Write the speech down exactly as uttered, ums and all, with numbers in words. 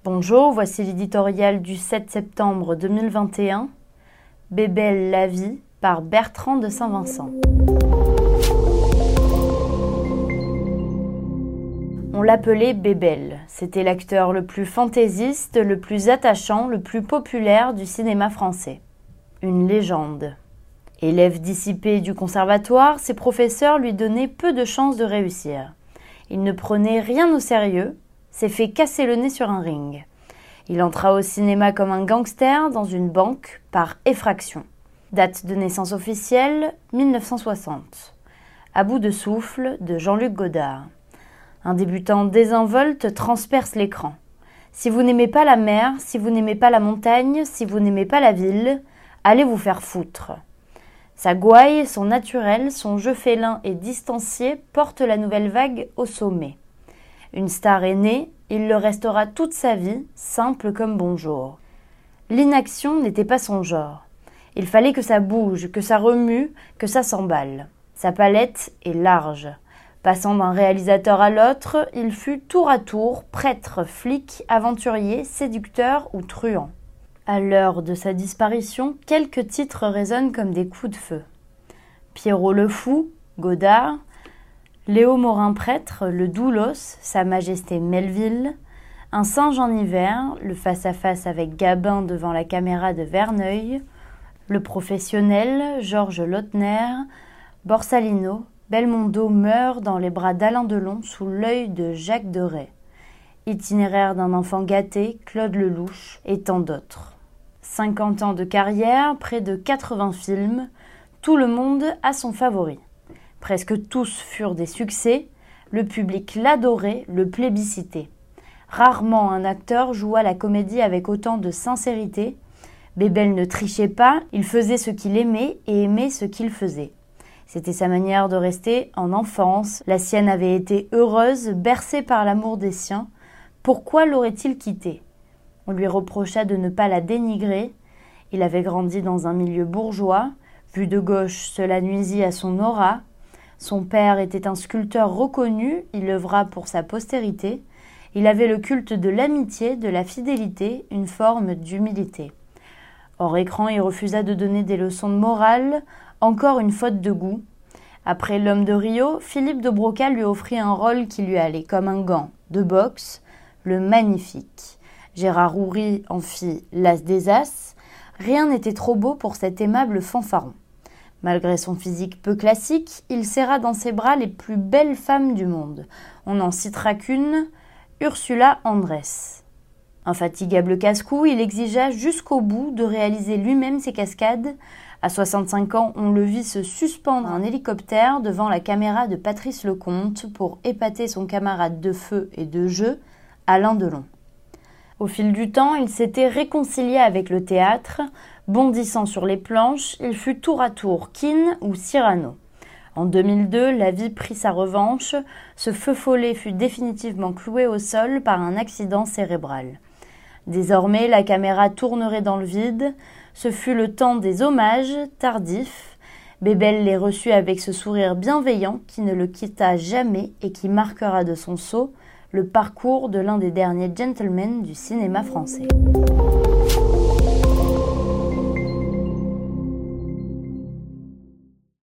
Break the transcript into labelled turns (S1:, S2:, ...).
S1: Bonjour, voici l'éditorial du sept septembre deux mille vingt et un, Bébel la vie par Bertrand de Saint-Vincent. On l'appelait Bébel. C'était l'acteur le plus fantaisiste, le plus attachant, le plus populaire du cinéma français. Une légende. Élève dissipé du conservatoire, ses professeurs lui donnaient peu de chances de réussir. Il ne prenait rien au sérieux, s'est fait casser le nez sur un ring. Il entra au cinéma comme un gangster dans une banque par effraction. Date de naissance officielle, mille neuf cent soixante. À bout de souffle, de Jean-Luc Godard. Un débutant désinvolte transperce l'écran. Si vous n'aimez pas la mer, si vous n'aimez pas la montagne, si vous n'aimez pas la ville, allez vous faire foutre. Sa gouaille, son naturel, son jeu félin et distancié portent la nouvelle vague au sommet. Une star est née, il le restera toute sa vie, simple comme bonjour. L'inaction n'était pas son genre. Il fallait que ça bouge, que ça remue, que ça s'emballe. Sa palette est large. Passant d'un réalisateur à l'autre, il fut tour à tour prêtre, flic, aventurier, séducteur ou truand. À l'heure de sa disparition, quelques titres résonnent comme des coups de feu. Pierrot le Fou, Godard, Léo Morin prêtre, le Doulos, Sa Majesté Melville, Un singe en hiver, le face-à-face avec Gabin devant la caméra de Verneuil, Le Professionnel, Georges Lautner, Borsalino, Belmondo meurt dans les bras d'Alain Delon sous l'œil de Jacques Deray. Itinéraire d'un enfant gâté, Claude Lelouch et tant d'autres. cinquante ans de carrière, près de quatre-vingts films, tout le monde a son favori. Presque tous furent des succès, le public l'adorait, le plébiscitait. Rarement un acteur joua la comédie avec autant de sincérité. Bébel ne trichait pas, il faisait ce qu'il aimait et aimait ce qu'il faisait. C'était sa manière de rester en enfance, la sienne avait été heureuse, bercée par l'amour des siens. Pourquoi l'aurait-il quittée ? On lui reprocha de ne pas la dénigrer. Il avait grandi dans un milieu bourgeois. Vu de gauche, cela nuisit à son aura. Son père était un sculpteur reconnu, il œuvra pour sa postérité. Il avait le culte de l'amitié, de la fidélité, une forme d'humilité. Hors écran, il refusa de donner des leçons de morale, encore une faute de goût. Après L'Homme de Rio, Philippe de Broca lui offrit un rôle qui lui allait comme un gant de boxe, le Magnifique. Gérard Houry en fit l'As des As. Rien n'était trop beau pour cet aimable fanfaron. Malgré son physique peu classique, il serra dans ses bras les plus belles femmes du monde. On n'en citera qu'une, Ursula Andress. Infatigable casse-cou, il exigea jusqu'au bout de réaliser lui-même ses cascades. À soixante-cinq ans, on le vit se suspendre un hélicoptère devant la caméra de Patrice Lecomte pour épater son camarade de feu et de jeu, Alain Delon. Au fil du temps, il s'était réconcilié avec le théâtre. Bondissant sur les planches, il fut tour à tour Keane ou Cyrano. En deux mille deux, la vie prit sa revanche. Ce feu follet fut définitivement cloué au sol par un accident cérébral. Désormais, la caméra tournerait dans le vide. Ce fut le temps des hommages tardifs. Bébel les reçut avec ce sourire bienveillant qui ne le quitta jamais et qui marquera de son sceau le parcours de l'un des derniers gentlemen du cinéma français.